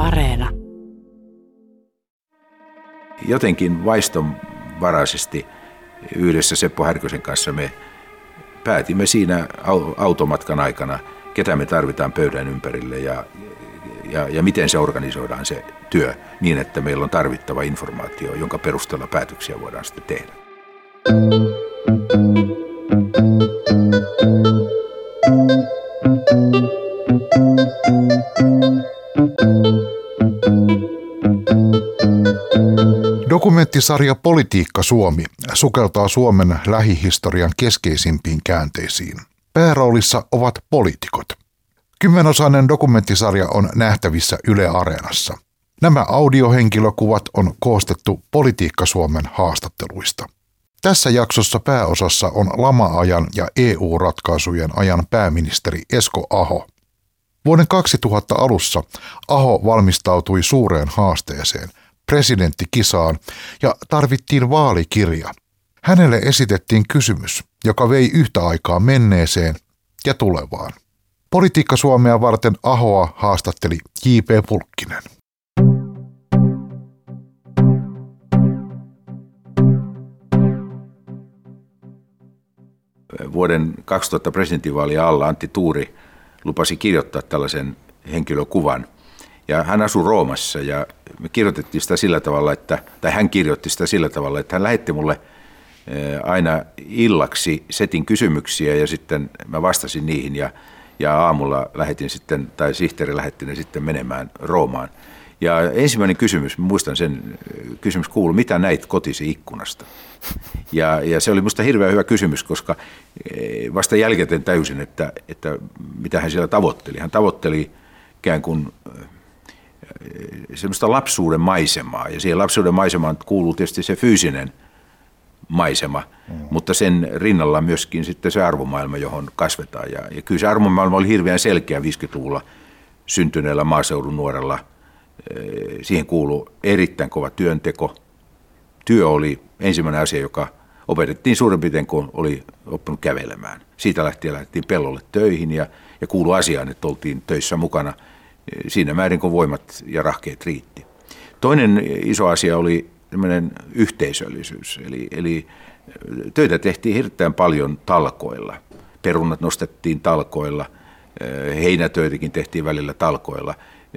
Areena. Jotenkin vaistonvaraisesti yhdessä Seppo Härkösen kanssa me päätimme siinä automatkan aikana, ketä me tarvitaan pöydän ympärille ja miten se organisoidaan se työ niin, että meillä on tarvittava informaatio, jonka perusteella päätöksiä voidaan sitten tehdä. Dokumenttisarja Politiikka Suomi sukeltaa Suomen lähihistorian keskeisimpiin käänteisiin. Pääroolissa ovat poliitikot. 10-osainen dokumenttisarja on nähtävissä Yle Areenassa. Nämä audiohenkilökuvat on koostettu Politiikka Suomen haastatteluista. Tässä jaksossa pääosassa on lama-ajan ja EU-ratkaisujen ajan pääministeri Esko Aho. Vuoden 2000 alussa Aho valmistautui suureen haasteeseen, presidenttikisaan, ja tarvittiin vaalikirja. Hänelle esitettiin kysymys, joka vei yhtä aikaa menneeseen ja tulevaan. Politiikka Suomea varten Ahoa haastatteli J.P. Pulkkinen. Vuoden 2000 presidentinvaalien alla Antti Tuuri lupasi kirjoittaa tällaisen henkilökuvan. Ja hän asui Roomassa ja me kirjoitettiin sitä sillä tavalla, hän kirjoitti sitä sillä tavalla, että hän lähetti mulle aina illaksi setin kysymyksiä ja sitten mä vastasin niihin ja aamulla lähetin sitten, tai sihteeri lähetti ne sitten menemään Roomaan. Ja ensimmäinen kysymys, muistan sen, kysymys kuului, mitä näit kotisi ikkunasta? Ja se oli musta hirveän hyvä kysymys, koska vasta jälkikäteen täysin, että mitä hän siellä tavoitteli. Hän tavoitteli ikään kuin semmoista lapsuuden maisemaa, ja siihen lapsuuden maisemaan kuuluu tietysti se fyysinen maisema, mutta sen rinnalla myöskin sitten se arvomaailma, johon kasvetaan. Ja kyllä se arvomaailma oli hirveän selkeä 50-luvulla syntyneellä maaseudun nuorella. Siihen kuului erittäin kova työnteko. Työ oli ensimmäinen asia, joka opetettiin suurin piirtein, kun oli oppinut kävelemään. Siitä lähdettiin pellolle töihin ja kuului asiaan, että oltiin töissä mukana siinä määrin, kun voimat ja rahkeet riitti. Toinen iso asia oli tämmöinen yhteisöllisyys, eli töitä tehtiin hirveän paljon talkoilla. Perunat nostettiin talkoilla, heinätöitäkin tehtiin välillä talkoilla.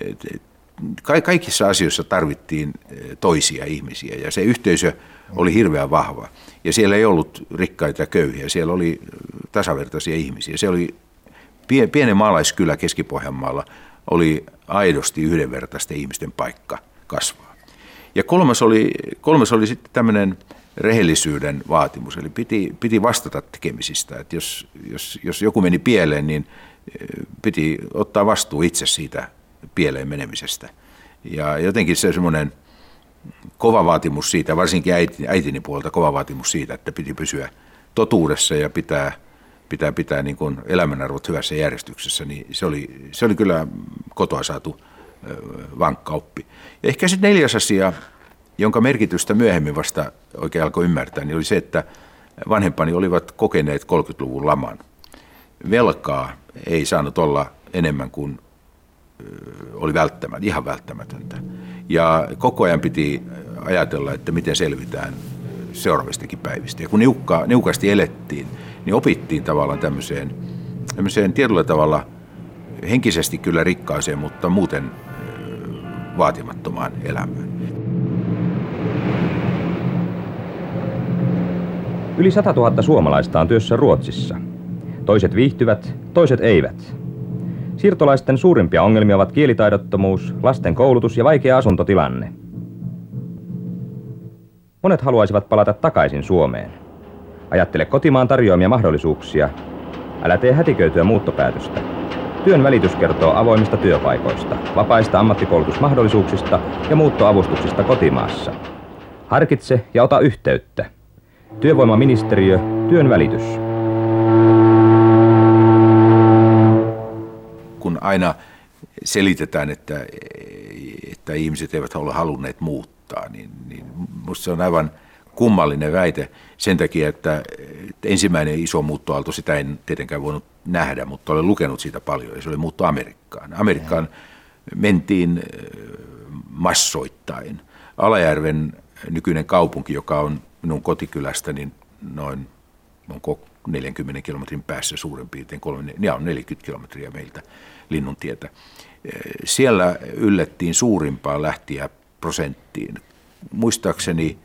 Kaikissa asioissa tarvittiin toisia ihmisiä ja se yhteisö oli hirveän vahva. Ja siellä ei ollut rikkaita ja köyhiä, siellä oli tasavertaisia ihmisiä. Se oli pienen maalaiskylä Keski-Pohjanmaalla, oli aidosti yhdenvertaisten ihmisten paikka kasvaa. Ja kolmas oli sitten tämmöinen rehellisyyden vaatimus, eli piti vastata tekemisistä. Että jos joku meni pieleen, niin piti ottaa vastuu itse siitä pieleen menemisestä. Ja jotenkin se semmoinen kova vaatimus siitä, varsinkin äitini puolelta kova vaatimus siitä, että piti pysyä totuudessa ja pitää niin kuin elämänarvot hyvässä järjestyksessä, niin se oli kyllä kotoa saatu vankka oppi. Ja ehkä sitten 4. asia, jonka merkitystä myöhemmin vasta oikein alkoi ymmärtää, niin oli se, että vanhempani olivat kokeneet 30-luvun laman. Velkaa ei saanut olla enemmän kuin oli ihan välttämätöntä. Ja koko ajan piti ajatella, että miten selvitään seuraavistakin päivistä. Ja kun niukasti elettiin, niin opittiin tavallaan tämmöiseen tietyllä tavalla henkisesti kyllä rikkaaseen, mutta muuten vaatimattomaan elämään. Yli 100 000 suomalaista on työssä Ruotsissa. Toiset viihtyvät, toiset eivät. Siirtolaisten suurimpia ongelmia ovat kielitaidottomuus, lasten koulutus ja vaikea asuntotilanne. Monet haluaisivat palata takaisin Suomeen. Ajattele kotimaan tarjoamia mahdollisuuksia. Älä tee hätiköityä muuttopäätöstä. Työn välitys kertoo avoimista työpaikoista, vapaista ammattikoulutusmahdollisuuksista ja muuttoavustuksista kotimaassa. Harkitse ja ota yhteyttä. Työvoimaministeriö, työn välitys. Kun aina selitetään, että ihmiset eivät ole halunneet muuttaa, niin minusta se on aivan kummallinen väite sen takia, että ensimmäinen iso muuttoaalto, sitä en tietenkään voinut nähdä, mutta olen lukenut siitä paljon, ja se oli muutto Amerikkaan. Amerikkaan mentiin massoittain. Alajärven nykyinen kaupunki, joka on minun kotikylästä, niin noin 40 kilometrin päässä suurin piirtein, 40 kilometriä meiltä Linnuntietä. Siellä yllettiin suurimpaan lähtijäprosenttiin. Muistaakseni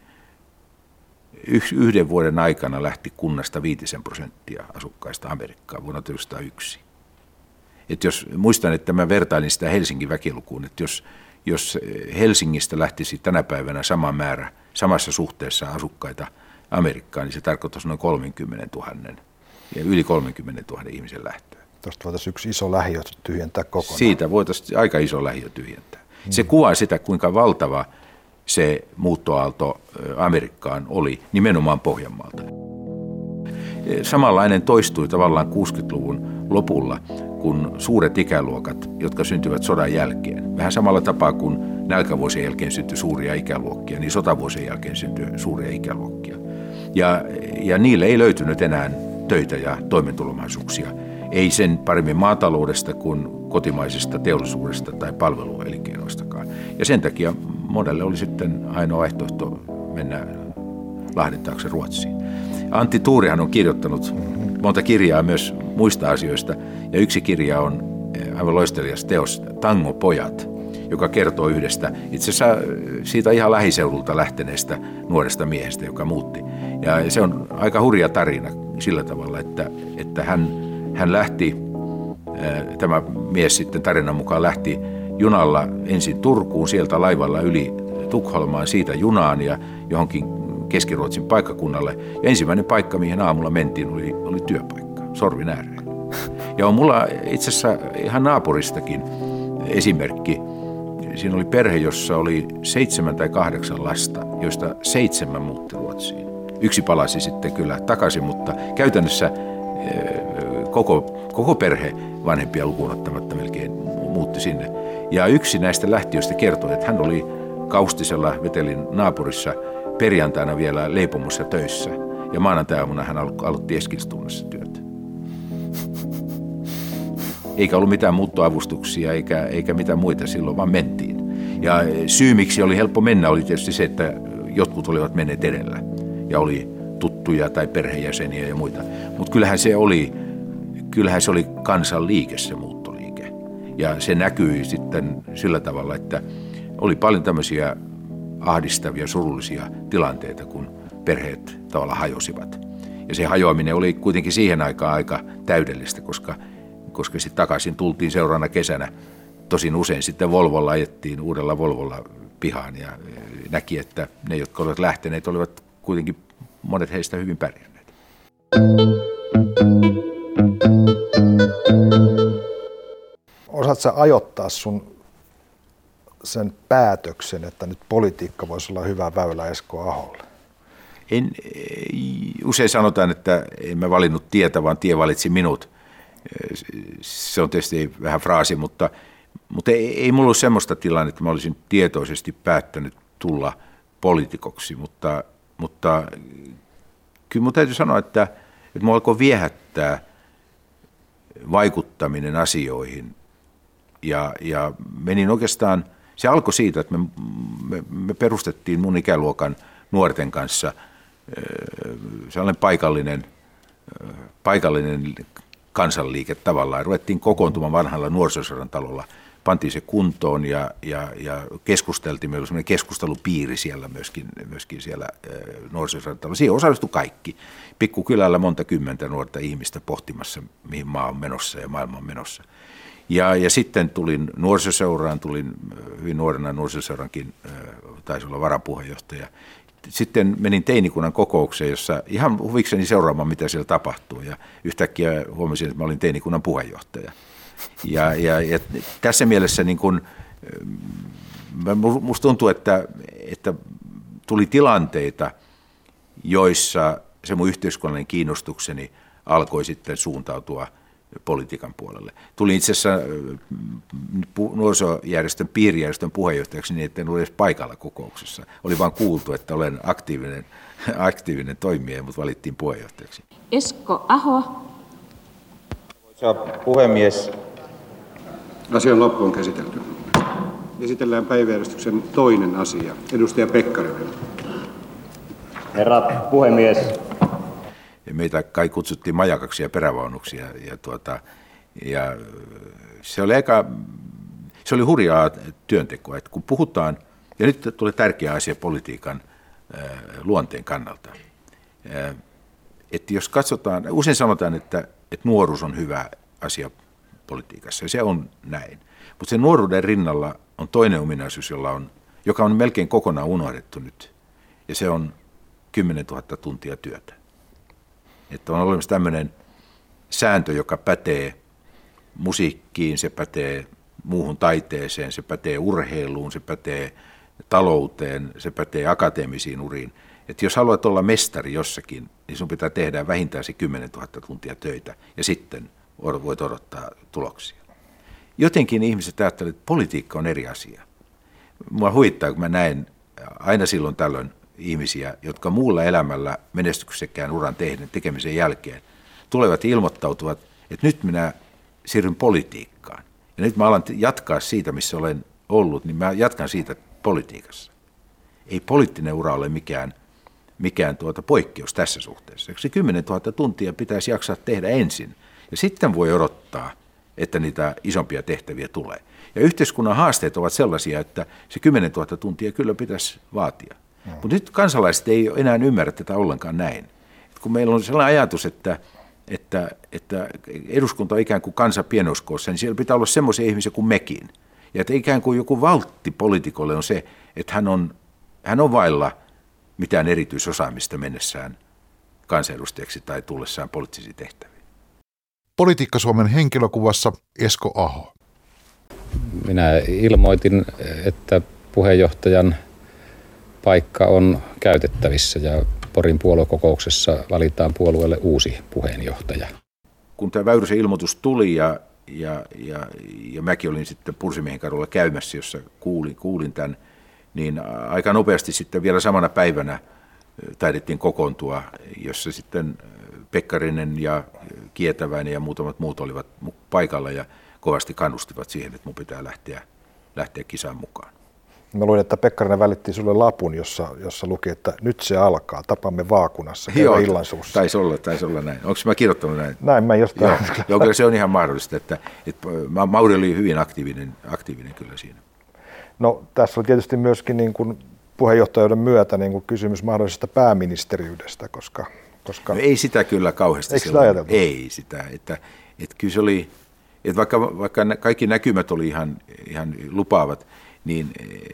yhden vuoden aikana lähti kunnasta 5% asukkaista Amerikkaan vuonna 1901. Muistan, että mä vertailin sitä Helsingin väkilukuun, että jos Helsingistä lähtisi tänä päivänä sama määrä, samassa suhteessa asukkaita Amerikkaan, niin se tarkoittaisi noin 30 000 ja yli 30 000 ihmisen lähtöä. Tuosta voitaisiin yksi iso lähiö tyhjentää kokonaan. Siitä voitaisiin aika iso lähiö tyhjentää. Se kuvaa sitä, kuinka valtava se muuttoaalto Amerikkaan oli nimenomaan Pohjanmaalta. Samanlainen toistui tavallaan 60-luvun lopulla, kun suuret ikäluokat, jotka syntyvät sodan jälkeen, vähän samalla tapaa kuin nälkävuosien jälkeen syntyi suuria ikäluokkia, niin sotavuosien jälkeen syntyi suuria ikäluokkia. Ja niille ei löytynyt enää töitä ja toimeentulomaisuuksia. Ei sen paremmin maataloudesta kuin kotimaisesta teollisuudesta tai palveluelinkeinoistakaan. Ja sen takia monelle oli sitten ainoa vaihtoehto mennä Lahden taakse Ruotsiin. Antti Tuurihan on kirjoittanut monta kirjaa myös muista asioista, ja yksi kirja on aivan loistelias teos Tangopojat, joka kertoo yhdestä, itse asiassa siitä ihan lähiseudulta lähteneestä nuoresta miehestä, joka muutti. Ja se on aika hurja tarina sillä tavalla, että hän lähti, tämä mies sitten tarinan mukaan lähti junalla ensin Turkuun, sieltä laivalla yli Tukholmaan, siitä junaan ja johonkin Keski-Ruotsin paikkakunnalle. Ja ensimmäinen paikka, mihin aamulla mentiin, oli työpaikka, sorvin ääreen. Ja on mulla itse asiassa ihan naapuristakin esimerkki. Siinä oli perhe, jossa oli 7 tai 8 lasta, joista 7 muutti Ruotsiin. Yksi palasi sitten kyllä takaisin, mutta käytännössä koko perhe vanhempia lukuun ottamatta melkein muutti sinne. Ja yksi näistä lähtiöistä kertoi, että hän oli Kaustisella Vetelin naapurissa perjantaina vielä leipomossa töissä. Ja maanantai-aamuna hän aloitti Eskilstunassa työtä. Eikä ollut mitään muuttoavustuksia eikä mitään muita silloin, vaan mentiin. Ja syy, miksi oli helppo mennä, oli tietysti se, että jotkut olivat menneet edellä. Ja oli tuttuja tai perheenjäseniä ja muita. Mutta kyllähän se oli kansanliike, se muuttoliike. Ja se näkyi sitten sillä tavalla, että oli paljon tämmöisiä ahdistavia, surullisia tilanteita, kun perheet tavallaan hajosivat. Ja se hajoaminen oli kuitenkin siihen aikaan aika täydellistä, koska sitten takaisin tultiin seuraavana kesänä. Tosin usein sitten Volvolla ajettiin, uudella Volvolla pihaan ja näki, että ne, jotka olivat lähteneet, olivat kuitenkin monet heistä hyvin pärjänneet. Osaatko sä ajoittaa sen päätöksen, että nyt politiikka voisi olla hyvä väylä Esko Aholle? Usein sanotaan, että en mä valinnut tietä, vaan tie valitsi minut. Se on tietysti vähän fraasi, mutta ei mulla ollut semmoista tilannetta, että mä olisin tietoisesti päättänyt tulla poliitikoksi, mutta kyllä mun täytyy sanoa, että mua alkoi viehättää vaikuttaminen asioihin ja menin oikeastaan, se alkoi siitä, että me perustettiin mun ikäluokan nuorten kanssa sellainen paikallinen kansanliike tavallaan. Ruvettiin kokoontumaan vanhalla nuorisosodan talolla, pantiin se kuntoon ja keskusteltiin. Meillä oli sellainen keskustelupiiri siellä myöskin siellä nuorisosodan talolla. Siihen osallistui kaikki. Pikkukylällä monta kymmentä nuorta ihmistä pohtimassa, mihin maa on menossa ja maailma on menossa. Ja sitten tulin nuorisoseuraan, tulin hyvin nuorena nuorisoseurankin, taisi olla varapuheenjohtaja. Sitten menin teinikunnan kokoukseen, jossa ihan huvikseni seuraamaan, mitä siellä tapahtuu. Ja yhtäkkiä huomasin, että mä olin teinikunnan puheenjohtaja. Ja tässä mielessä niin kun, musta tuntuu, että tuli tilanteita, joissa se mun yhteiskunnallinen kiinnostukseni alkoi sitten suuntautua politiikan puolelle. Tulin itse asiassa nuorisojärjestön piirijärjestön puheenjohtajaksi niin, että en ole edes paikalla kokouksessa. Oli vain kuultu, että olen aktiivinen toimija, mutta valittiin puheenjohtajaksi. Esko Aho. Arvoisa puhemies. Asian loppuun käsitelty. Esitellään päiväjärjestyksen toinen asia. Edustaja Pekkarinen. Herra puhemies. Meitä kai kutsuttiin majakaksi ja perävaunuksi ja se oli hurjaa työntekoa, että kun puhutaan, ja nyt tulee tärkeä asia politiikan luonteen kannalta, että jos katsotaan, usein sanotaan, että nuoruus on hyvä asia politiikassa, ja se on näin, mutta sen nuoruuden rinnalla on toinen ominaisuus, joka on melkein kokonaan unohdettu nyt, ja se on 10 000 tuntia työtä. Että on olemassa tämmöinen sääntö, joka pätee musiikkiin, se pätee muuhun taiteeseen, se pätee urheiluun, se pätee talouteen, se pätee akateemisiin uriin. Että jos haluat olla mestari jossakin, niin sun pitää tehdä vähintään se 10 000 tuntia töitä ja sitten voit odottaa tuloksia. Jotenkin ihmiset ajattelevat, että politiikka on eri asia. Mua huvittaa, kun mä näen aina silloin tällöin ihmisiä, jotka muulla elämällä menestyksekkään uran tekemisen jälkeen tulevat ja ilmoittautuvat, että nyt minä siirryn politiikkaan. Ja nyt mä alan jatkaa siitä, missä olen ollut, niin mä jatkan siitä politiikassa. Ei poliittinen ura ole mikään poikkeus tässä suhteessa. Se 10 000 tuntia pitäisi jaksaa tehdä ensin, ja sitten voi odottaa, että niitä isompia tehtäviä tulee. Ja yhteiskunnan haasteet ovat sellaisia, että se 10 000 tuntia kyllä pitäisi vaatia. Mutta nyt kansalaiset ei enää ymmärrä tätä ollenkaan näin. Et kun meillä on sellainen ajatus, että eduskunta on ikään kuin kansa pienoiskoossa, niin siellä pitää olla semmoisia ihmisiä kuin mekin. Ja että ikään kuin joku valtti poliitikolle on se, että hän on vailla mitään erityisosaamista mennessään kansanedustajaksi tai tullessaan poliittisiin tehtäviin. Politiikka Suomen henkilökuvassa Esko Aho. Minä ilmoitin, että puheenjohtajan paikka on käytettävissä ja Porin puoluekokouksessa valitaan puolueelle uusi puheenjohtaja. Kun tämä Väyrysen ilmoitus tuli ja mäkin olin sitten Pursimiehen kadulla käymässä, jossa kuulin tämän, niin aika nopeasti sitten vielä samana päivänä taidettiin kokoontua, jossa sitten Pekkarinen ja Kietäväinen ja muutamat muut olivat paikalla ja kovasti kannustivat siihen, että mun pitää lähteä kisaan mukaan. Mä luin, että Pekkarinen välitti sulle lapun, jossa luki, että nyt se alkaa, tapamme vaakunassa, käydä illansuussa. Taisi olla näin. Onko mä kirjoittanut näin? Näin mä jostain. Joo, kyllä se on ihan mahdollista, että Mauri oli hyvin aktiivinen kyllä siinä. No tässä oli tietysti myöskin niin kuin puheenjohtajuuden myötä niin kuin kysymys mahdollisesta pääministeriydestä, koska no ei sitä kyllä kauheasti. Eikö sitä ajateltu? Ei sitä, että kyllä se oli, että vaikka kaikki näkymät oli ihan lupaavat, niin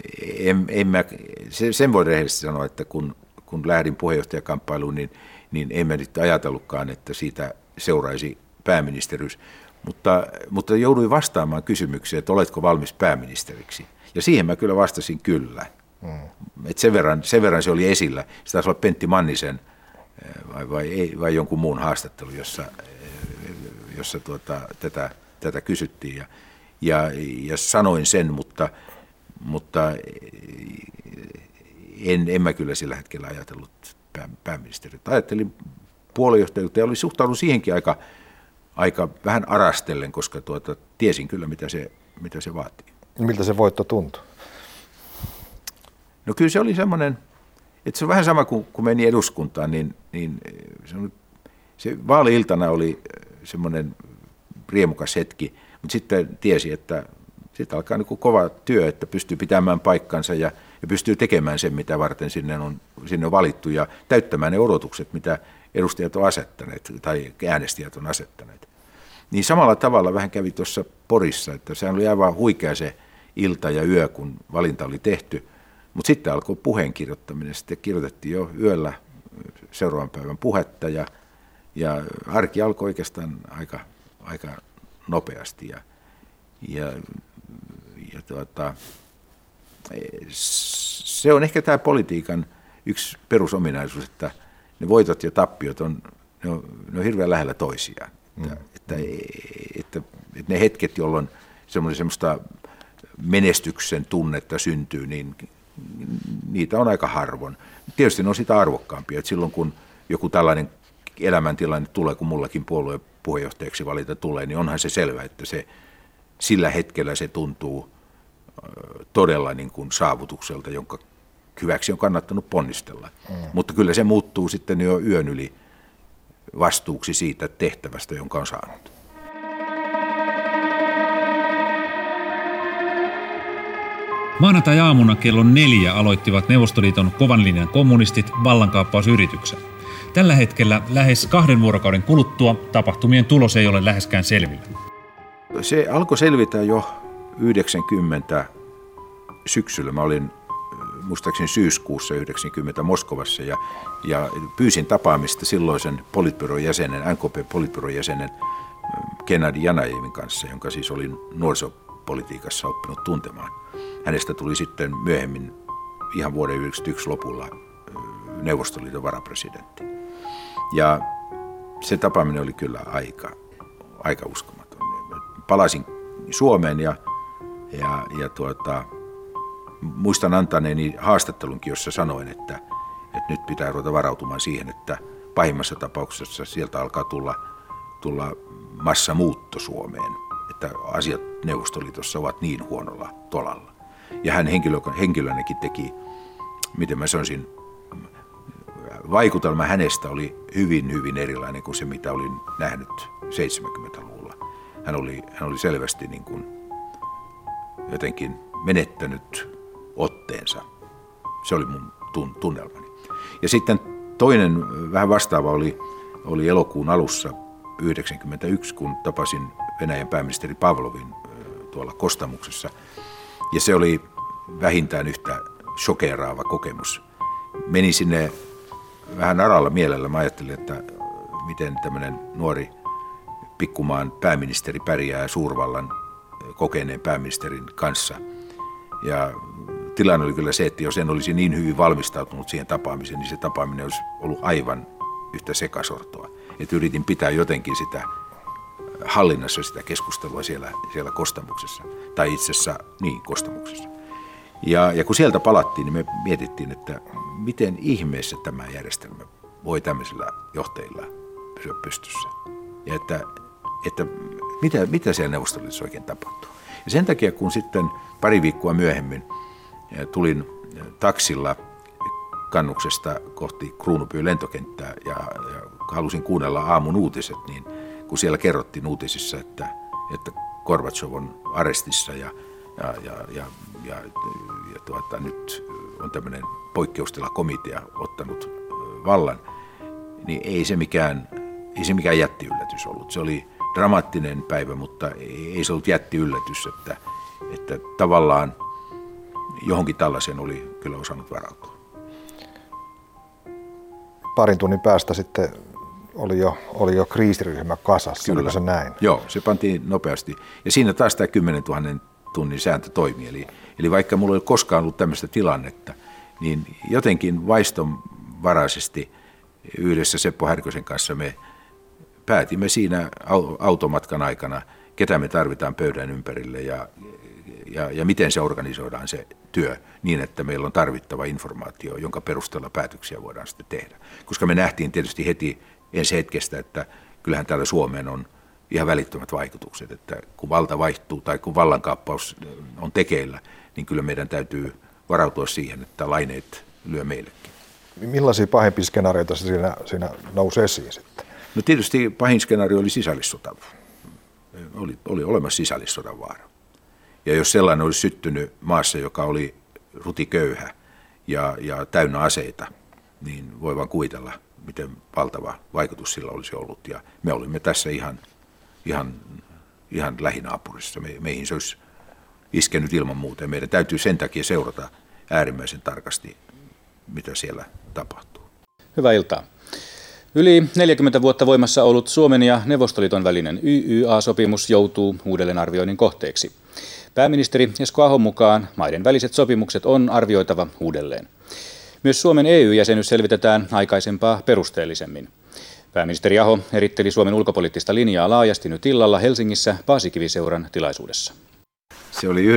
sen voi rehellisesti sanoa, että kun lähdin puheenjohtajakamppailuun, niin en mä nyt ajatellutkaan, että siitä seuraisi pääministeriys. Mutta jouduin vastaamaan kysymykseen, että oletko valmis pääministeriksi. Ja siihen mä kyllä vastasin kyllä. Et sen verran se oli esillä. Se taisi olla Pentti Mannisen vai jonkun muun haastattelu, jossa tätä kysyttiin. Ja sanoin sen, mutta en mä kyllä sillä hetkellä ajatellut pääministeriä. Ajattelin puoluejohtajuutta ja suhtaudun siihenkin aika vähän arastellen, koska tiesin kyllä, mitä se vaatii. Miltä se voitto tuntui? No kyllä se oli semmoinen, että se on vähän sama kuin kun meni eduskuntaan, niin se vaali-iltana oli semmoinen riemukas hetki, mutta sitten tiesi, että sitten alkaa niin kuin kova työ, että pystyy pitämään paikkansa ja pystyy tekemään sen, mitä varten sinne on valittu ja täyttämään ne odotukset, mitä edustajat on asettaneet tai äänestäjät on asettaneet. Niin samalla tavalla vähän kävi tuossa Porissa, että sehän oli aivan huikea se ilta ja yö, kun valinta oli tehty, mutta sitten alkoi puheen kirjoittaminen. Sitten kirjoitettiin jo yöllä seuraavan päivän puhetta ja arki alkoi oikeastaan aika nopeasti. Se on ehkä tämä politiikan yksi perusominaisuus, että ne voitot ja tappiot on hirveän lähellä toisiaan. Että ne hetket, jolloin semmoista menestyksen tunnetta syntyy, niin niitä on aika harvoin. Tietysti ne on sitä arvokkaampia, että silloin kun joku tällainen elämäntilanne tulee, kun mullakin puolueen puheenjohtajaksi valita tulee, niin onhan se selvä, että sillä hetkellä se tuntuu todella niin kuin saavutukselta, jonka hyväksi on kannattanut ponnistella. Mutta kyllä se muuttuu sitten jo yön yli vastuuksi siitä tehtävästä, jonka on saanut. Maanantai-aamuna kello 4 aloittivat Neuvostoliiton kovan linjan kommunistit vallankaappausyrityksen. Tällä hetkellä lähes 2 vuorokauden kuluttua tapahtumien tulos ei ole läheskään selvillä. Se alkoi selvitä jo 90 syksyllä. Mä olin muistaakseni syyskuussa 90 Moskovassa ja pyysin tapaamista silloisen politbyron jäsenen, NKP-politbyron jäsenen Gennadi Janajevin kanssa, jonka siis olin nuorisopolitiikassa oppinut tuntemaan. Hänestä tuli sitten myöhemmin ihan vuoden 1991 lopulla Neuvostoliiton varapresidentti. Ja se tapaaminen oli kyllä aika uskomaton. Palasin Suomeen ja muistan antaneeni haastattelunkin, jossa sanoin, että nyt pitää ruveta varautumaan siihen, että pahimmassa tapauksessa sieltä alkaa tulla massamuutto Suomeen, että asiat Neuvostoliitossa ovat niin huonolla tolalla. Ja hän henkilönäkin teki, miten mä sanoisin, vaikutelma hänestä oli hyvin, hyvin erilainen kuin se, mitä olin nähnyt 70-luvulla. Hän oli selvästi niin kuin jotenkin menettänyt otteensa. Se oli mun tunnelmani. Ja sitten toinen vähän vastaava oli elokuun alussa 1991, kun tapasin Venäjän pääministeri Pavlovin tuolla Kostamuksessa. Ja se oli vähintään yhtä shokeeraava kokemus. Menin sinne vähän aralla mielellä. Mä ajattelin, että miten tämmöinen nuori pikkumaan pääministeri pärjää suurvallan kokeneen pääministerin kanssa. Ja tilanne oli kyllä se, että jos en olisi niin hyvin valmistautunut siihen tapaamiseen, niin se tapaaminen olisi ollut aivan yhtä sekasortoa. Että yritin pitää jotenkin sitä hallinnassa sitä keskustelua siellä Kostamuksessa, tai itse asiassa niin Kostamuksessa. Ja kun sieltä palattiin, niin me mietittiin, että miten ihmeessä tämä järjestelmä voi tämmöisillä johtajilla pysyä pystyssä. Ja että mitä siellä Neuvostoliitossa oikein tapahtuu. Ja sen takia, kun sitten pari viikkoa myöhemmin tulin taksilla Kannuksesta kohti Kruunupyyn lentokenttää ja halusin kuunnella aamun uutiset, niin kun siellä kerrottiin uutisissa, että Gorbatšov on arestissa ja nyt on tämmöinen poikkeustilakomitea ottanut vallan, niin ei se mikään jättiyllätys ollut. Se oli dramaattinen päivä, mutta ei se ollut jättiyllätys, että tavallaan johonkin tällaiseen oli kyllä osannut varautua. Parin tunnin päästä sitten oli jo kriisiryhmä kasassa, kyllä. Oliko se näin? Joo, se pantiin nopeasti. Ja siinä taas tämä 10 000 tunnin sääntö toimi. Eli vaikka mulla ei ole koskaan ollut tämmöistä tilannetta, niin jotenkin vaistonvaraisesti yhdessä Seppo Härkösen kanssa me päätimme siinä automatkan aikana, ketä me tarvitaan pöydän ympärille ja miten se organisoidaan se työ niin, että meillä on tarvittava informaatio, jonka perusteella päätöksiä voidaan sitten tehdä. Koska me nähtiin tietysti heti ensi hetkestä, että kyllähän täällä Suomeen on ihan välittömät vaikutukset, että kun valta vaihtuu tai kun vallankaappaus on tekeillä, niin kyllä meidän täytyy varautua siihen, että laineet lyö meillekin. Millaisia pahimpia skenaarioita siinä nousi esiin sitten? No tietysti pahin skenaario oli sisällissota. Oli olemassa sisällissodan vaara. Ja jos sellainen olisi syttynyt maassa, joka oli rutiköyhä ja täynnä aseita, niin voi vaan kuvitella, miten valtava vaikutus sillä olisi ollut. Ja me olimme tässä ihan lähinaapurissa. Meihin se olisi iskenyt ilman muuta. Ja meidän täytyy sen takia seurata äärimmäisen tarkasti, mitä siellä tapahtuu. Hyvää iltaa. Yli 40 vuotta voimassa ollut Suomen ja Neuvostoliiton välinen YYA-sopimus joutuu uudelleenarvioinnin kohteeksi. Pääministeri Esko Ahon mukaan maiden väliset sopimukset on arvioitava uudelleen. Myös Suomen EU-jäsenyys selvitetään aikaisempaa perusteellisemmin. Pääministeri Aho eritteli Suomen ulkopoliittista linjaa laajasti nyt illalla Helsingissä Paasikivi-seuran tilaisuudessa. Se oli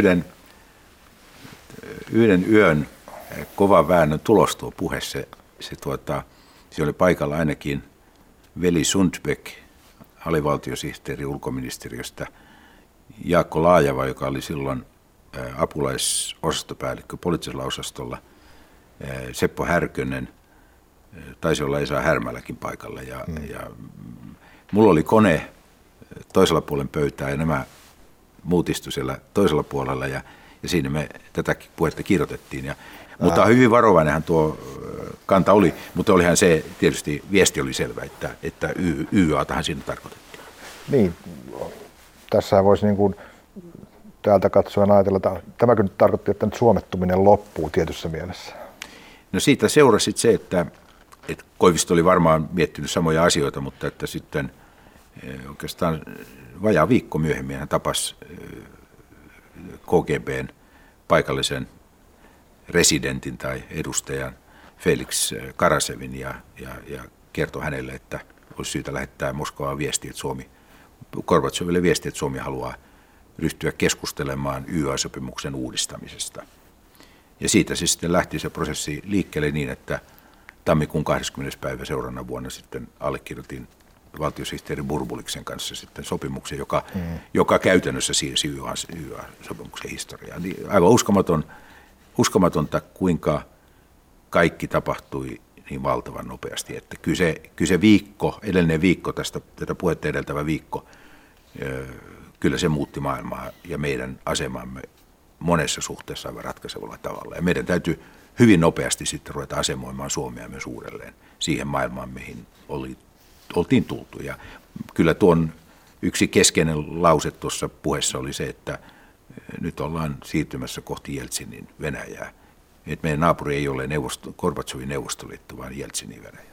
yhden yön kovan väännön tulos tuo puhe. Se oli paikalla ainakin Veli Sundbeck, alivaltiosihteeri ulkoministeriöstä, Jaakko Laajava, joka oli silloin apulaisosastopäällikkö poliittisella osastolla, Seppo Härkönen, taisi olla Esa Härmäläkin paikalla. Ja mulla oli kone toisella puolen pöytää ja nämä muut istuivat siellä toisella puolella ja siinä me tätä puhetta kirjoitettiin. Mutta hyvin varovainenhan tuo kanta oli, mutta olihan se tietysti, viesti oli selvä, että YYAtahan siinä tarkoitettiin. Niin, tässä voisi niin kuin täältä katsoen ajatella, että tämäkin nyt tarkoitti, että nyt suomettuminen loppuu tietyssä mielessä. No siitä seurasi se, että Koivisto oli varmaan miettinyt samoja asioita, mutta että sitten oikeastaan vajaa viikko myöhemmin hän tapasi KGB:n paikallisen residentin tai edustajan Felix Karasevin ja kertoi hänelle, että olisi syytä lähettää Moskovaan viestiä, että Gorbatsoville viestiä, että Suomi haluaa ryhtyä keskustelemaan YYA-sopimuksen uudistamisesta. Ja siitä se sitten lähti se prosessi liikkeelle niin, että tammikuun 20. päivä seuraavana vuonna sitten allekirjoitin valtiosihteeri Burbuliksen kanssa sitten sopimuksen, joka käytännössä siirsi YYA-sopimuksen historiaan. Niin aivan uskomatonta, kuinka kaikki tapahtui niin valtavan nopeasti, että kyllä se viikko, edellinen viikko, tätä puhetta edeltävä viikko, kyllä se muutti maailmaa ja meidän asemamme monessa suhteessa aivan ratkaisevalla tavalla. Ja meidän täytyy hyvin nopeasti sitten ruveta asemoimaan Suomea myös uudelleen siihen maailmaan, mihin oltiin tultu. Ja kyllä tuon yksi keskeinen lause tuossa puheessa oli se, että nyt ollaan siirtymässä kohti Jeltsinin Venäjää. Että meidän naapuri ei ole Gorbatsovin Neuvostoliitto, vaan Jeltsinin Venäjä.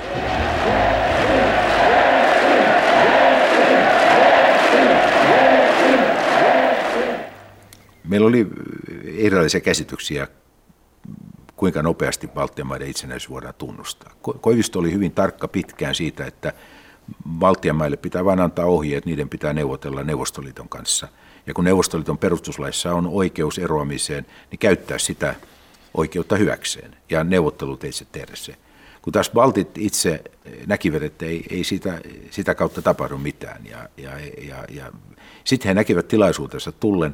Meillä oli erilaisia käsityksiä, kuinka nopeasti Baltian maiden itsenäisyys voidaan tunnustaa. Koivisto oli hyvin tarkka pitkään siitä, että Baltian maille pitää vain antaa ohjeet, niiden pitää neuvotella Neuvostoliiton kanssa. Ja kun Neuvostoliiton perustuslaissa on oikeus eroamiseen, niin käyttää sitä oikeutta hyväkseen ja neuvotteluteitse tehdä se. Kun taas baltit itse näkivät, että ei sitä kautta tapahdu mitään. Ja sitten he näkivät tilaisuutensa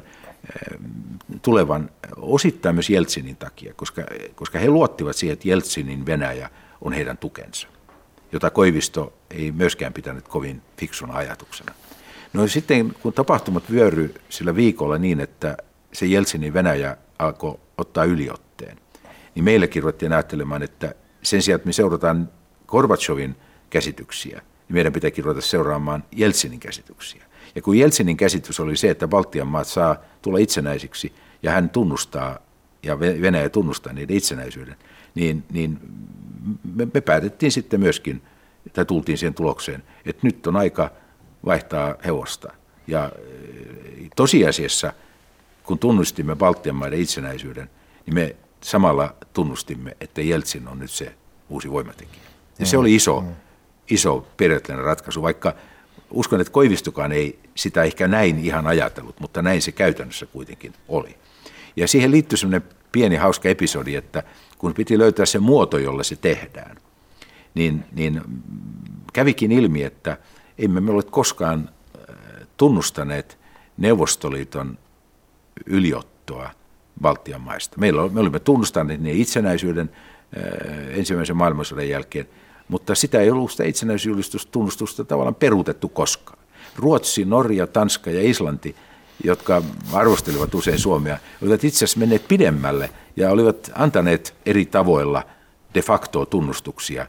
tulevan osittain myös Jeltsinin takia, koska he luottivat siihen, että Jeltsinin Venäjä on heidän tukensa, jota Koivisto ei myöskään pitänyt kovin fiksuna ajatuksena. No sitten kun tapahtumat vyöryi sillä viikolla niin, että se Jeltsinin Venäjä alkoi ottaa yliotteen, niin meillekin ruvettiin ajattelemaan, että sen sijaan, että me seurataan Gorbatsovin käsityksiä, niin meidän pitääkin ruveta seuraamaan Jeltsinin käsityksiä. Ja kun Jeltsinin käsitys oli se, että Baltian maat saa tulla itsenäisiksi ja hän tunnustaa ja Venäjä tunnustaa niiden itsenäisyyden, niin me päätettiin sitten myöskin, tai tultiin siihen tulokseen, että nyt on aika vaihtaa hevosta. Ja tosiasiassa, kun tunnustimme Baltian maiden itsenäisyyden, niin me samalla tunnustimme, että Jeltsin on nyt se uusi voimatekijä. Ja se oli iso periaatteellinen ratkaisu, vaikka uskon, että Koivistokaan ei sitä ehkä näin ihan ajatellut, mutta näin se käytännössä kuitenkin oli. Ja siihen liittyy sellainen pieni hauska episodi, että kun piti löytää se muoto, jolla se tehdään, niin kävikin ilmi, että emme me ole koskaan tunnustaneet Neuvostoliiton yliottoa Baltian maista. Me olimme tunnustaneet ne itsenäisyyden ensimmäisen maailmansodan jälkeen, mutta sitä ei ollut sitä itsenäisyystunnustusta tavallaan peruutettu koskaan. Ruotsi, Norja, Tanska ja Islanti, jotka arvostelivat usein Suomea, olivat itse asiassa menneet pidemmälle ja olivat antaneet eri tavoilla de facto tunnustuksia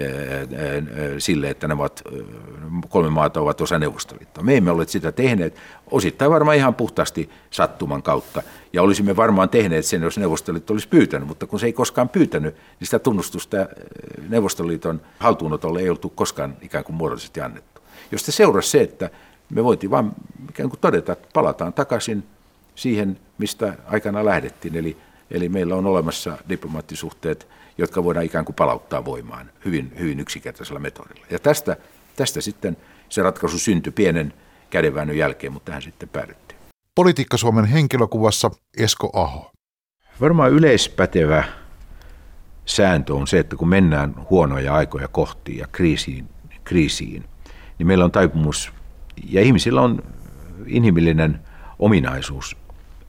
sille, että nämä kolme maata ovat osa Neuvostoliittoa. Me emme ole sitä tehneet, osittain varmaan ihan puhtaasti sattuman kautta, ja olisimme varmaan tehneet sen, jos Neuvostoliitto olisi pyytänyt, mutta kun se ei koskaan pyytänyt, niin sitä tunnustusta Neuvostoliiton haltuunotolle ei oltu koskaan ikään kuin muodollisesti annettu. Josta seurasi se, että me voitiin vaan ikään kuin todeta, että palataan takaisin siihen, mistä aikana lähdettiin, eli meillä on olemassa diplomaattisuhteet, jotka voidaan ikään kuin palauttaa voimaan hyvin, hyvin yksinkertaisella metodilla. Ja tästä sitten se ratkaisu syntyi pienen kädenväännön jälkeen, mutta tähän sitten päädyttiin. Politiikka Suomen henkilökuvassa Esko Aho. Varmaan yleispätevä sääntö on se, että kun mennään huonoja aikoja kohti ja kriisiin, niin meillä on taipumus, ja ihmisillä on inhimillinen ominaisuus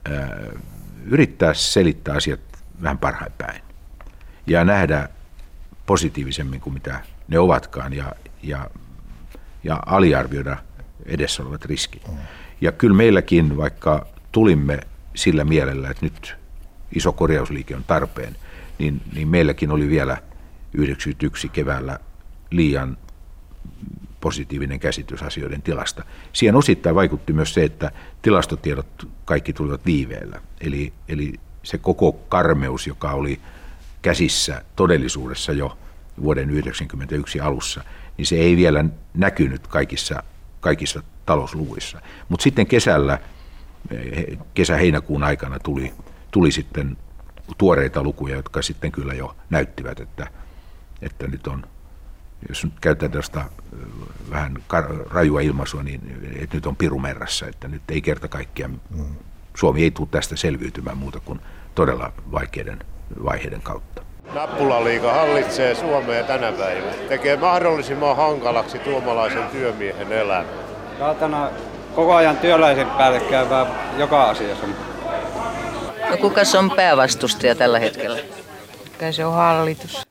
yrittää selittää asiat vähän parhain päin ja nähdä positiivisemmin kuin mitä ne ovatkaan ja aliarvioida edessä olevat riskit. Ja kyllä meilläkin, vaikka tulimme sillä mielellä, että nyt iso korjausliike on tarpeen, niin meilläkin oli vielä 1991 keväällä liian positiivinen käsitys asioiden tilasta. Siihen osittain vaikutti myös se, että tilastotiedot kaikki tulivat viiveellä. Eli se koko karmeus, joka oli käsissä todellisuudessa jo vuoden 1991 alussa, niin se ei vielä näkynyt kaikissa talousluvuissa. Mutta sitten kesä-heinäkuun aikana tuli sitten tuoreita lukuja, jotka sitten kyllä jo näyttivät, että nyt on, jos nyt käytetään tästä vähän rajua ilmaisua, niin että nyt on piru merrassa, että nyt ei kerta kaikkiaan, Suomi ei tule tästä selviytymään muuta kuin todella vaikeiden vaiheiden kautta. Nappulaliiga hallitsee Suomea tänä päivänä. Tekee mahdollisimman hankalaksi suomalaisen työmiehen elämän. Saatana koko ajan työläisen päälle käyvää joka asiassa. No kukas on päävastustaja tällä hetkellä? Kai se on hallitus.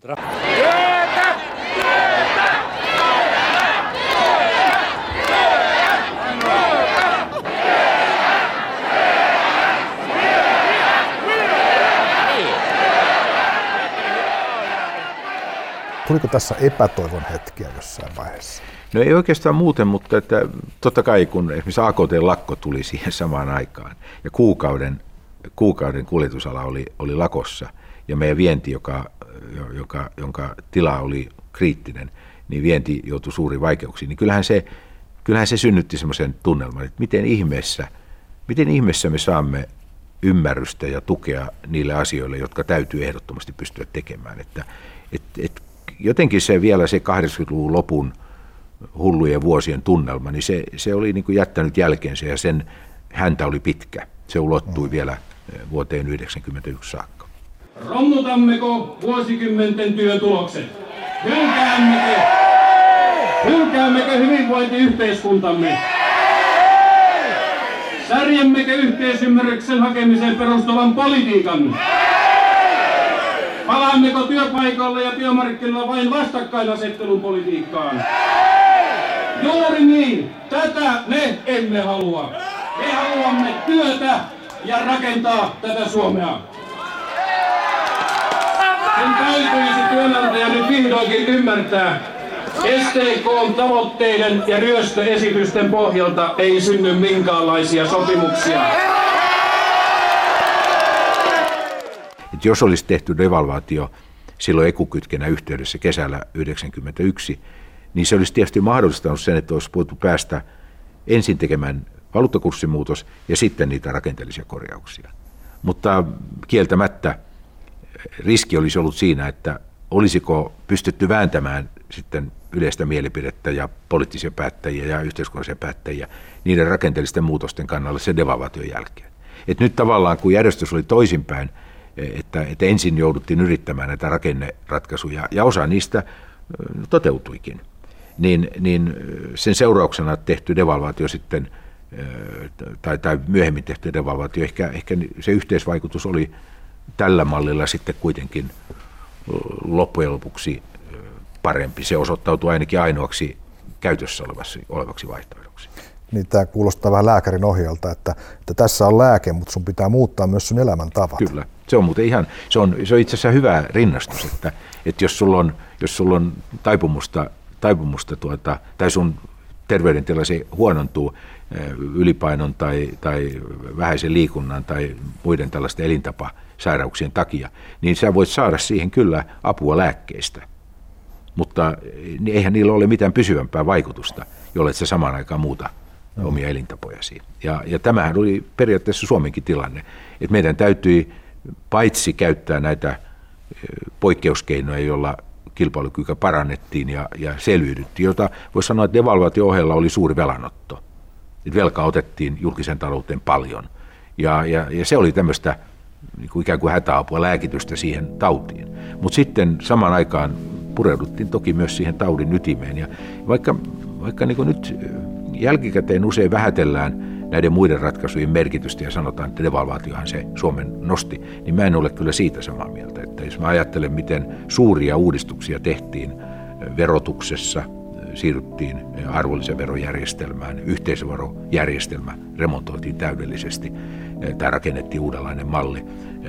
Tuliko tässä epätoivon hetkiä jossain vaiheessa? No ei oikeastaan muuten, mutta että totta kai kun esimerkiksi AKT-lakko tuli siihen samaan aikaan ja kuukauden kuljetusala oli lakossa ja meidän vienti, jonka tila oli kriittinen, niin vienti joutui suuriin vaikeuksiin, niin kyllähän se synnytti semmoisen tunnelman, että miten ihmeessä me saamme ymmärrystä ja tukea niille asioille, jotka täytyy ehdottomasti pystyä tekemään. Että jotenkin se 80-luvun lopun hullujen vuosien tunnelma, niin se oli niin kuin jättänyt jälkeensä ja sen häntä oli pitkä. Se ulottui vielä vuoteen 1991 saakka. Rommutammeko vuosikymmenten työtulokset? Hylkäämmekö hyvinvointiyhteiskuntamme? Särjemmekö yhteisymmärryksen hakemiseen perustuvan politiikan? Palaammeko työpaikoilla ja työmarkkinoilla vain vastakkainasettelun politiikkaan? Juuri niin, tätä me emme halua. Me haluamme työtä ja rakentaa tätä Suomea. Sen täytyisi työnantaja nyt vihdoinkin ymmärtää. STK:n tavoitteiden ja ryöstöesitysten pohjalta ei synny minkäänlaisia sopimuksia. Et jos olisi tehty devalvaatio silloin ekukytkenä yhteydessä kesällä 1991, niin se olisi tietysti mahdollistanut sen, että olisi voitu päästä ensin tekemään valuuttakurssimuutos ja sitten niitä rakenteellisia korjauksia. Mutta kieltämättä riski olisi ollut siinä, että olisiko pystytty vääntämään sitten yleistä mielipidettä ja poliittisia päättäjiä ja yhteiskunnallisia päättäjiä niiden rakenteellisten muutosten kannalla sen devalvaation jälkeen. Et nyt tavallaan kun järjestys oli toisinpäin, että ensin jouduttiin yrittämään näitä rakenneratkaisuja ja osa niistä toteutuikin, niin sen seurauksena tehty devalvaatio sitten, tai myöhemmin tehty devalvaatio, ehkä se yhteisvaikutus oli tällä mallilla sitten kuitenkin loppujen lopuksi parempi. Se osoittautui ainakin ainoaksi käytössä olevaksi vaihtoehdoksi. Niin tämä kuulostaa vähän lääkärin ohjelta, että tässä on lääke, mutta sun pitää muuttaa myös sun elämäntavat. Kyllä. Se on muuten ihan, se on itse asiassa hyvä rinnastus, että jos sulla on taipumusta tai sun terveydentilasi huonontuu ylipainon tai vähäisen liikunnan tai muiden tällaisten elintapasairauksien takia, niin sä voit saada siihen kyllä apua lääkkeistä. Mutta eihän niillä ole mitään pysyvämpää vaikutusta, jolle se samaan aikaan muuta omia elintapojasi. Ja tämähän oli periaatteessa Suomenkin tilanne, että meidän täytyi paitsi käyttää näitä poikkeuskeinoja, joilla kilpailukykyä parannettiin ja selviydyttiin, jota voisi sanoa, että devalvaatio-ohella oli suuri velanotto. Että velkaa otettiin julkisen talouteen paljon ja se oli tämmöistä niin kuin ikään kuin hätäapua, lääkitystä siihen tautiin. Mutta sitten samaan aikaan pureuduttiin toki myös siihen taudin ytimeen. Ja vaikka niin kuin nyt jälkikäteen usein vähätellään näiden muiden ratkaisujen merkitystä ja sanotaan, että devalvaatiohan se Suomen nosti, niin mä en ole kyllä siitä samaa mieltä. Että jos mä ajattelen, miten suuria uudistuksia tehtiin verotuksessa, siirryttiin arvonlisäverojärjestelmään, yhteisöverojärjestelmä remontoitiin täydellisesti tai rakennettiin uudenlainen malli.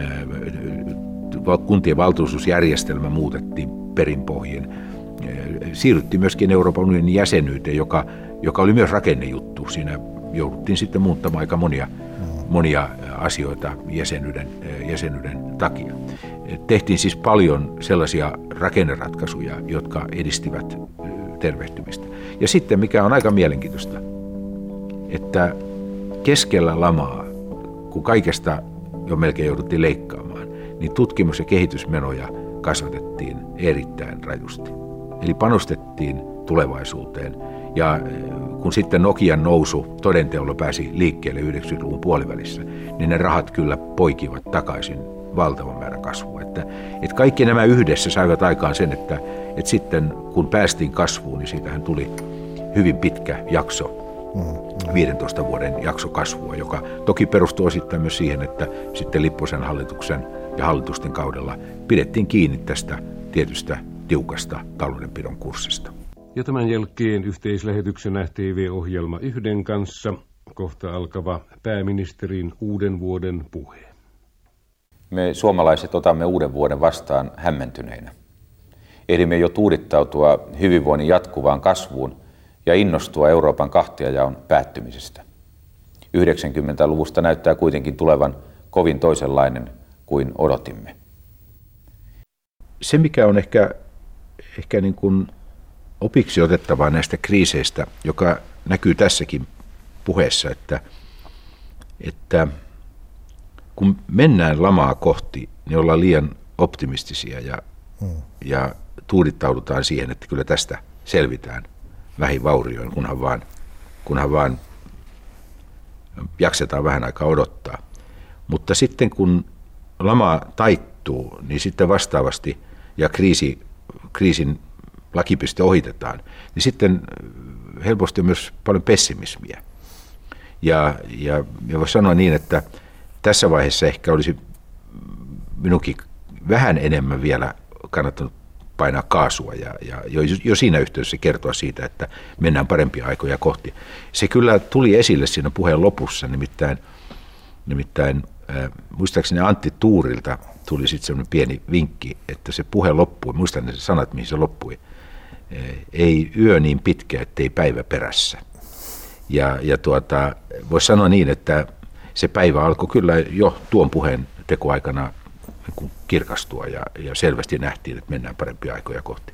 Kuntien valtuutusjärjestelmä muutettiin perinpohjin. Siirryttiin myöskin Euroopan unionin jäsenyyteen, joka oli myös rakennejuttu. Siinä jouduttiin sitten muuttamaan aika monia asioita jäsenyyden takia. Tehtiin siis paljon sellaisia rakenneratkaisuja, jotka edistivät tervehtymistä. Ja sitten, mikä on aika mielenkiintoista, että keskellä lamaa, kun kaikesta jo melkein jouduttiin leikkaamaan, niin tutkimus- ja kehitysmenoja kasvatettiin erittäin rajusti. Eli panostettiin tulevaisuuteen. Ja kun sitten Nokian nousu todenteolla pääsi liikkeelle 90-luvun puolivälissä, niin ne rahat kyllä poikivat takaisin valtavan määrän kasvua. Että kaikki nämä yhdessä saivat aikaan sen, että sitten kun päästiin kasvuun, niin siitähän tuli hyvin pitkä jakso, 15 vuoden jakso kasvua, joka toki perustuu osittain myös siihen, että sitten Lipposen hallituksen ja hallitusten kaudella pidettiin kiinni tästä tietystä tiukasta taloudenpidon kurssista. Ja tämän jälkeen yhteislähetyksenä TV-ohjelma Yhden kanssa kohta alkava pääministerin uuden vuoden puhe. Me suomalaiset otamme uuden vuoden vastaan hämmentyneinä. Ehdimme jo tuudittautua hyvinvoinnin jatkuvaan kasvuun ja innostua Euroopan kahtiajaon päättymisestä. 90-luvusta näyttää kuitenkin tulevan kovin toisenlainen kuin odotimme. Se, mikä on ehkä niin kuin opiksi otettavaa näistä kriiseistä, joka näkyy tässäkin puheessa, että kun mennään lamaa kohti, niin ollaan liian optimistisia ja tuudittaudutaan siihen, että kyllä tästä selvitään vähin vaurioin, kunhan vaan jaksetaan vähän aikaa odottaa. Mutta sitten kun lama taittuu, niin sitten vastaavasti ja kriisin lakipiste ohitetaan, niin sitten helposti on myös paljon pessimismiä. Ja voisi sanoa niin, että tässä vaiheessa ehkä olisi minunkin vähän enemmän vielä kannattanut painaa kaasua ja jo siinä yhteydessä kertoa siitä, että mennään parempia aikoja kohti. Se kyllä tuli esille siinä puheen lopussa, nimittäin muistaakseni Antti Tuurilta tuli sitten semmoinen pieni vinkki, että se puhe loppui, muistan ne sanat, mihin se loppui, ei yö niin pitkä, ettei päivä perässä. Ja voisi sanoa niin, että se päivä alkoi kyllä jo tuon puheen tekoaikana kirkastua ja selvästi nähtiin, että mennään parempia aikoja kohti.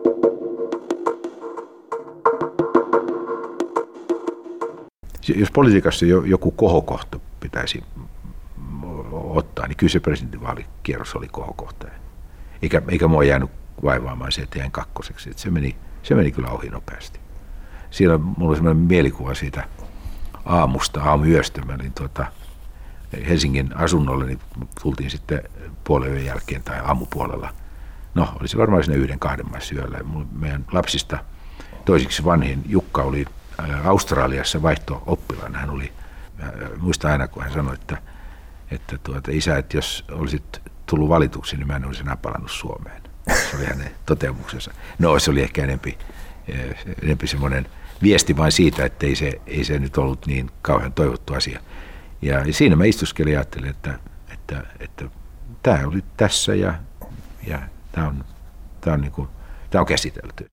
Jos politiikassa joku kohokohta pitäisi ottaa, niin kyllä se presidentinvaalikierros oli kohokohta. Eikä mua jäänyt vaivaamaan se, että jäin kakkoseksi. Että se meni kyllä ohi nopeasti. Siellä mulla oli sellainen mielikuva siitä aamuyöstä. Mä olin Helsingin asunnolle, niin tultiin sitten puolen yön jälkeen tai aamupuolella. No, oli se varmaan siinä 1-2 maissa yöllä. Meidän lapsista toisiksi vanhin Jukka oli Australiassa vaihto-oppilaana. Hän oli, muistan aina, kun hän sanoi, että isä, että jos olisit tullut valituksi, niin mä en olisi enää palannut Suomeen. Se oli hänen toteamuksensa. No, se oli ehkä enempi semmoinen viesti vain siitä, että ei se nyt ollut niin kauhean toivottu asia. Ja siinä mä istuskelin ja ajattelin, että tämä oli tässä ja tämä on käsitelty.